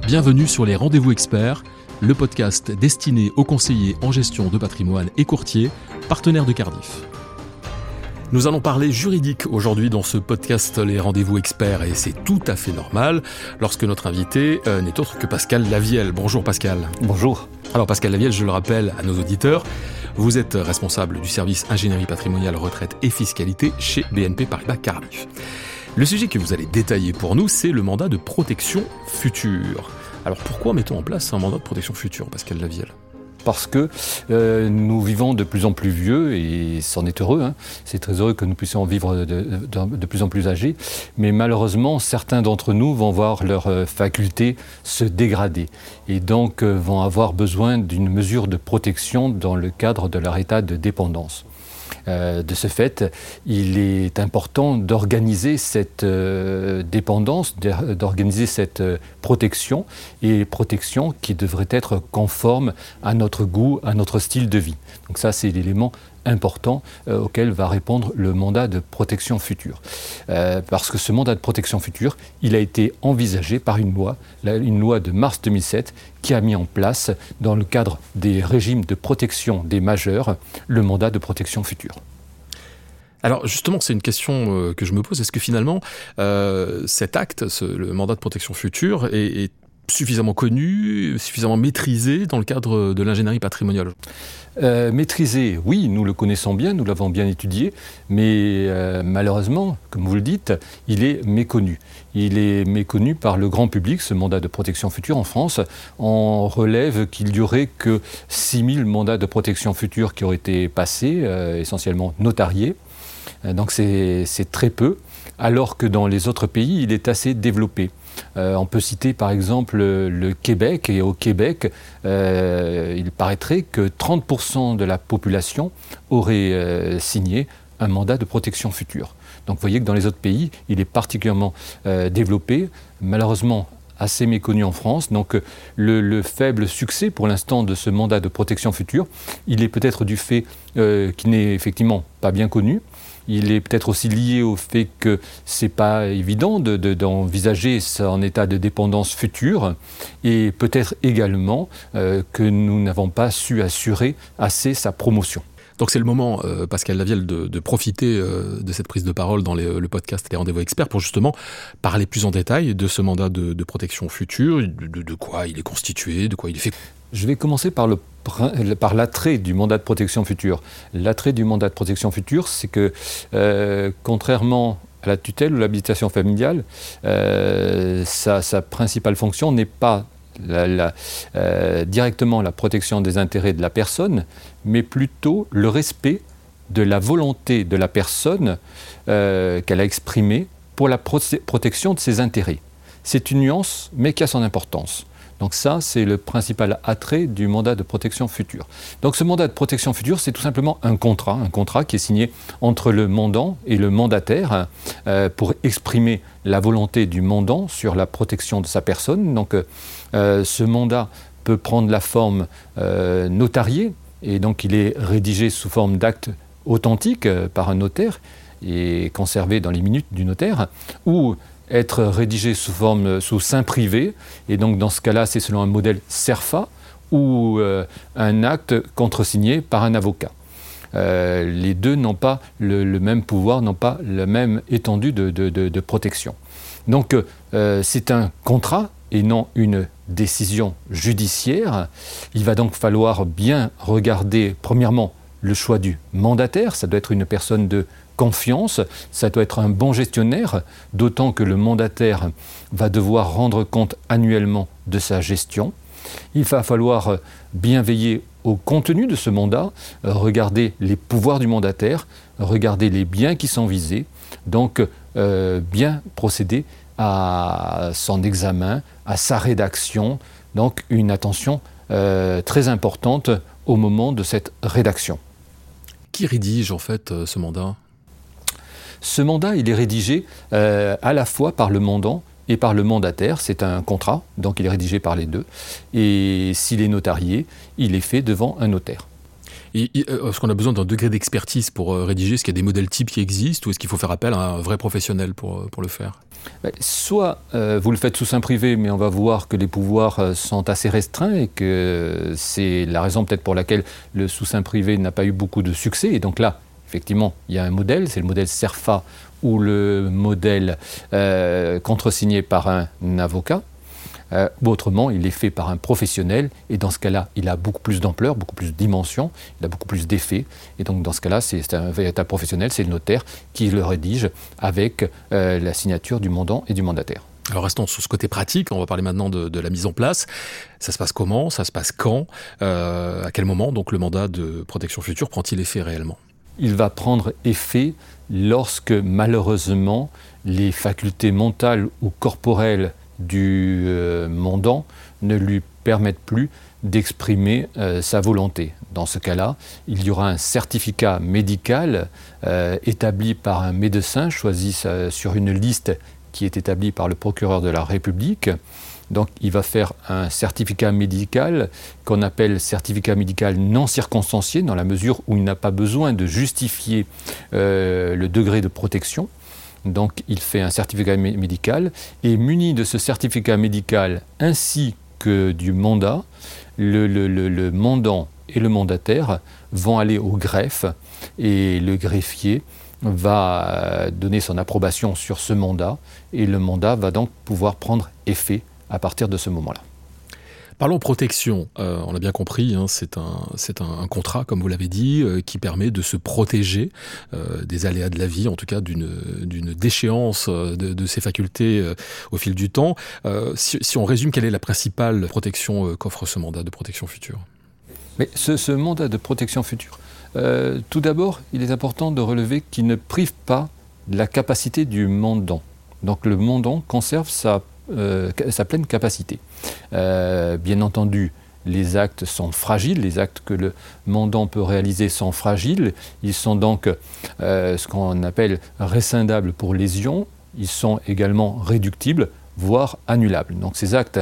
Bienvenue sur les Rendez-vous Experts, le podcast destiné aux conseillers en gestion de patrimoine et courtiers, partenaires de Cardif. Nous allons parler juridique aujourd'hui dans ce podcast Les Rendez-vous Experts et c'est tout à fait normal lorsque notre invité n'est autre que Pascal Lavielle. Bonjour Pascal. Bonjour. Alors Pascal Lavielle, je le rappelle à nos auditeurs, vous êtes responsable du service ingénierie patrimoniale, retraite et fiscalité chez BNP Paribas Cardif. Le sujet que vous allez détailler pour nous, c'est le mandat de protection future. Alors pourquoi mettons en place un mandat de protection future, Pascal Lavielle ? Parce que nous vivons de plus en plus vieux et c'en est heureux. C'est très heureux que nous puissions vivre de plus en plus âgés. Mais malheureusement, certains d'entre nous vont voir leurs facultés se dégrader et donc vont avoir besoin d'une mesure de protection dans le cadre de leur état de dépendance. De ce fait, il est important d'organiser cette dépendance, d'organiser cette protection, et protection qui devrait être conforme à notre goût, à notre style de vie. Donc ça, c'est l'élément important auquel va répondre le mandat de protection future. Parce que ce mandat de protection future, il a été envisagé par une loi de mars 2007 qui a mis en place, dans le cadre des régimes de protection des majeurs, le mandat de protection future. Alors justement, c'est une question que je me pose. Est-ce que finalement, cet acte, le mandat de protection future, est suffisamment connu, suffisamment maîtrisé dans le cadre de l'ingénierie patrimoniale ? Maîtrisé, oui, nous le connaissons bien, nous l'avons bien étudié, mais malheureusement, comme vous le dites, il est méconnu. Il est méconnu par le grand public, ce mandat de protection future en France. On relève qu'il n'y aurait que 6000 mandats de protection future qui auraient été passés, essentiellement notariés. Donc c'est très peu, alors que dans les autres pays, il est assez développé. On peut citer par exemple le Québec, et au Québec, il paraîtrait que 30% de la population aurait signé un mandat de protection future. Donc vous voyez que dans les autres pays, il est particulièrement développé, malheureusement assez méconnu en France. Donc le faible succès pour l'instant de ce mandat de protection future, il est peut-être du fait qu'il n'est effectivement pas bien connu. Il est peut-être aussi lié au fait que ce n'est pas évident d'envisager son état de dépendance future et peut-être également que nous n'avons pas su assurer assez sa promotion. Donc c'est le moment, Pascal Lavielle, de profiter de cette prise de parole dans le podcast Les Rendez-vous Experts pour justement parler plus en détail de ce mandat de protection future, de quoi il est constitué, de quoi il est fait. Je vais commencer par l'attrait du mandat de protection future. L'attrait du mandat de protection future, c'est que contrairement à la tutelle ou l'habilitation familiale, sa principale fonction n'est pas directement la protection des intérêts de la personne, mais plutôt le respect de la volonté de la personne qu'elle a exprimée pour la protection de ses intérêts. C'est une nuance, mais qui a son importance. Donc ça, c'est le principal attrait du mandat de protection future. Donc ce mandat de protection future, c'est tout simplement un contrat qui est signé entre le mandant et le mandataire pour exprimer la volonté du mandant sur la protection de sa personne. Donc ce mandat peut prendre la forme notariée, et donc il est rédigé sous forme d'acte authentique par un notaire et conservé dans les minutes du notaire, ou être rédigé sous seing privé, et donc dans ce cas-là, c'est selon un modèle CERFA, ou un acte contresigné par un avocat. Les deux n'ont pas le même pouvoir, n'ont pas la même étendue de protection. Donc c'est un contrat et non une décision judiciaire. Il va donc falloir bien regarder, premièrement, le choix du mandataire. Ça doit être une personne de confiance, ça doit être un bon gestionnaire, d'autant que le mandataire va devoir rendre compte annuellement de sa gestion. Il va falloir bien veiller au contenu de ce mandat, regarder les pouvoirs du mandataire, regarder les biens qui sont visés, donc bien procéder à son examen, à sa rédaction, donc une attention très importante au moment de cette rédaction. Qui rédige en fait ce mandat ? Ce mandat, il est rédigé à la fois par le mandant et par le mandataire. C'est un contrat, donc il est rédigé par les deux. Et s'il est notarié, il est fait devant un notaire. Est-ce qu'on a besoin d'un degré d'expertise pour rédiger? Est-ce qu'il y a des modèles types qui existent ou est-ce qu'il faut faire appel à un vrai professionnel pour le faire? Soit vous le faites sous seing privé, mais on va voir que les pouvoirs sont assez restreints et que c'est la raison peut-être pour laquelle le sous seing privé n'a pas eu beaucoup de succès. Et donc là, effectivement, il y a un modèle, c'est le modèle CERFA ou le modèle contresigné par un avocat. Ou autrement, il est fait par un professionnel et dans ce cas-là, il a beaucoup plus d'ampleur, beaucoup plus de dimension, il a beaucoup plus d'effets. Et donc dans ce cas-là, c'est un véritable professionnel, c'est le notaire qui le rédige avec la signature du mandant et du mandataire. Alors restons sur ce côté pratique, on va parler maintenant de la mise en place. Ça se passe comment? Ça se passe quand? À quel moment donc le mandat de protection future prend-il effet réellement? Il va prendre effet lorsque malheureusement les facultés mentales ou corporelles du mandant ne lui permettent plus d'exprimer sa volonté. Dans ce cas-là, il y aura un certificat médical établi par un médecin choisi sur une liste qui est établie par le procureur de la République. Donc il va faire un certificat médical qu'on appelle certificat médical non circonstancié, dans la mesure où il n'a pas besoin de justifier le degré de protection. Donc il fait un certificat médical et muni de ce certificat médical ainsi que du mandat, le mandant et le mandataire vont aller au greffe et le greffier va donner son approbation sur ce mandat et le mandat va donc pouvoir prendre effet à partir de ce moment-là. Parlons protection. On l'a bien compris, hein, c'est un contrat, comme vous l'avez dit, qui permet de se protéger des aléas de la vie, en tout cas d'une déchéance de ses facultés au fil du temps. Si on résume, quelle est la principale protection qu'offre ce mandat de protection future? Mais ce mandat de protection future, tout d'abord, il est important de relever qu'il ne prive pas la capacité du mandant. Donc le mandant conserve sa pleine capacité. Bien entendu, les actes sont fragiles, les actes que le mandant peut réaliser sont fragiles, ils sont donc ce qu'on appelle rescindables pour lésion, ils sont également réductibles, voire annulables. Donc ces actes,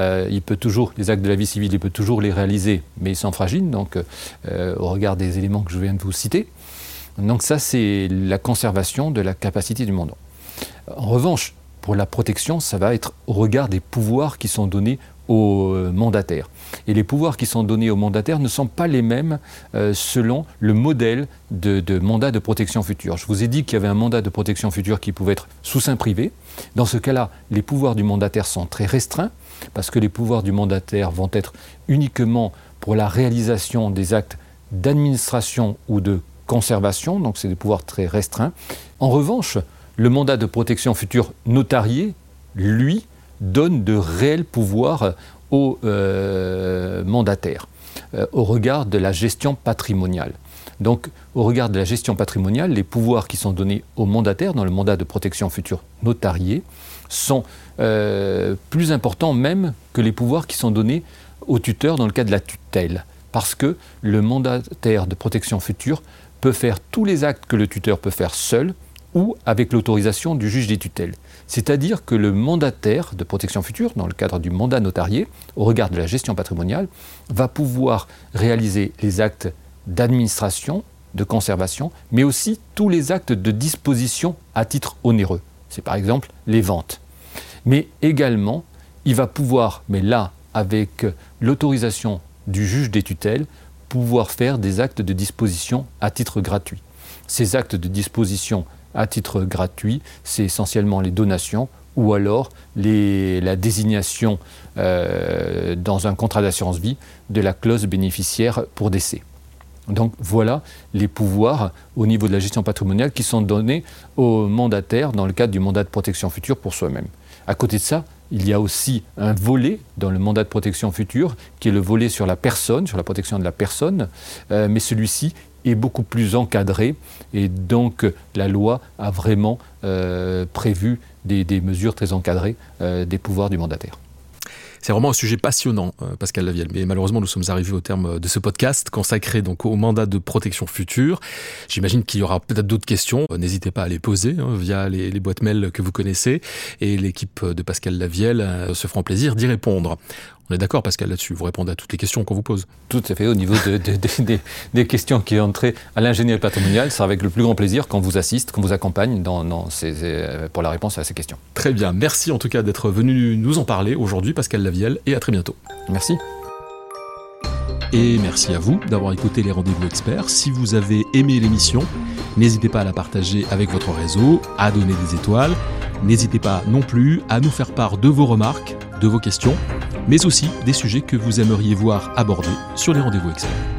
les actes de la vie civile, il peut toujours les réaliser, mais ils sont fragiles, donc au regard des éléments que je viens de vous citer. Donc ça, c'est la conservation de la capacité du mandant. En revanche, pour la protection, ça va être au regard des pouvoirs qui sont donnés aux mandataires. Et les pouvoirs qui sont donnés aux mandataires ne sont pas les mêmes selon le modèle de mandat de protection future. Je vous ai dit qu'il y avait un mandat de protection future qui pouvait être sous seing privé. Dans ce cas-là, les pouvoirs du mandataire sont très restreints parce que les pouvoirs du mandataire vont être uniquement pour la réalisation des actes d'administration ou de conservation, donc c'est des pouvoirs très restreints. En revanche, le mandat de protection future notarié, lui, donne de réels pouvoirs aux mandataires au regard de la gestion patrimoniale. Donc, au regard de la gestion patrimoniale, les pouvoirs qui sont donnés aux mandataires dans le mandat de protection future notarié sont plus importants même que les pouvoirs qui sont donnés aux tuteurs dans le cas de la tutelle. Parce que le mandataire de protection future peut faire tous les actes que le tuteur peut faire seul ou avec l'autorisation du juge des tutelles. C'est-à-dire que le mandataire de protection future, dans le cadre du mandat notarié, au regard de la gestion patrimoniale, va pouvoir réaliser les actes d'administration, de conservation, mais aussi tous les actes de disposition à titre onéreux. C'est par exemple les ventes. Mais également, il va pouvoir, mais là, avec l'autorisation du juge des tutelles, pouvoir faire des actes de disposition à titre gratuit. Ces actes de disposition à titre gratuit, c'est essentiellement les donations ou alors la désignation dans un contrat d'assurance vie de la clause bénéficiaire pour décès. Donc voilà les pouvoirs au niveau de la gestion patrimoniale qui sont donnés aux mandataires dans le cadre du mandat de protection future pour soi-même. À côté de ça, il y a aussi un volet dans le mandat de protection future qui est le volet sur la personne, sur la protection de la personne, mais celui-ci est beaucoup plus encadré et donc la loi a vraiment prévu des mesures très encadrées des pouvoirs du mandataire. C'est vraiment un sujet passionnant, Pascal Lavielle. Mais malheureusement, nous sommes arrivés au terme de ce podcast consacré donc au mandat de protection future. J'imagine qu'il y aura peut-être d'autres questions. N'hésitez pas à les poser via les boîtes mail que vous connaissez. Et l'équipe de Pascal Lavielle se fera plaisir d'y répondre. On est d'accord, Pascal, là-dessus. Vous répondez à toutes les questions qu'on vous pose. Tout à fait. Au niveau des questions qui ont trait à l'ingénierie patrimoniale, c'est avec le plus grand plaisir qu'on vous assiste, qu'on vous accompagne pour la réponse à ces questions. Très bien. Merci en tout cas d'être venu nous en parler aujourd'hui, Pascal Lavielle, et à très bientôt. Merci. Et merci à vous d'avoir écouté les Rendez-vous Experts. Si vous avez aimé l'émission, n'hésitez pas à la partager avec votre réseau, à donner des étoiles. N'hésitez pas non plus à nous faire part de vos remarques, de vos questions, mais aussi des sujets que vous aimeriez voir abordés sur les Rendez-vous Experts.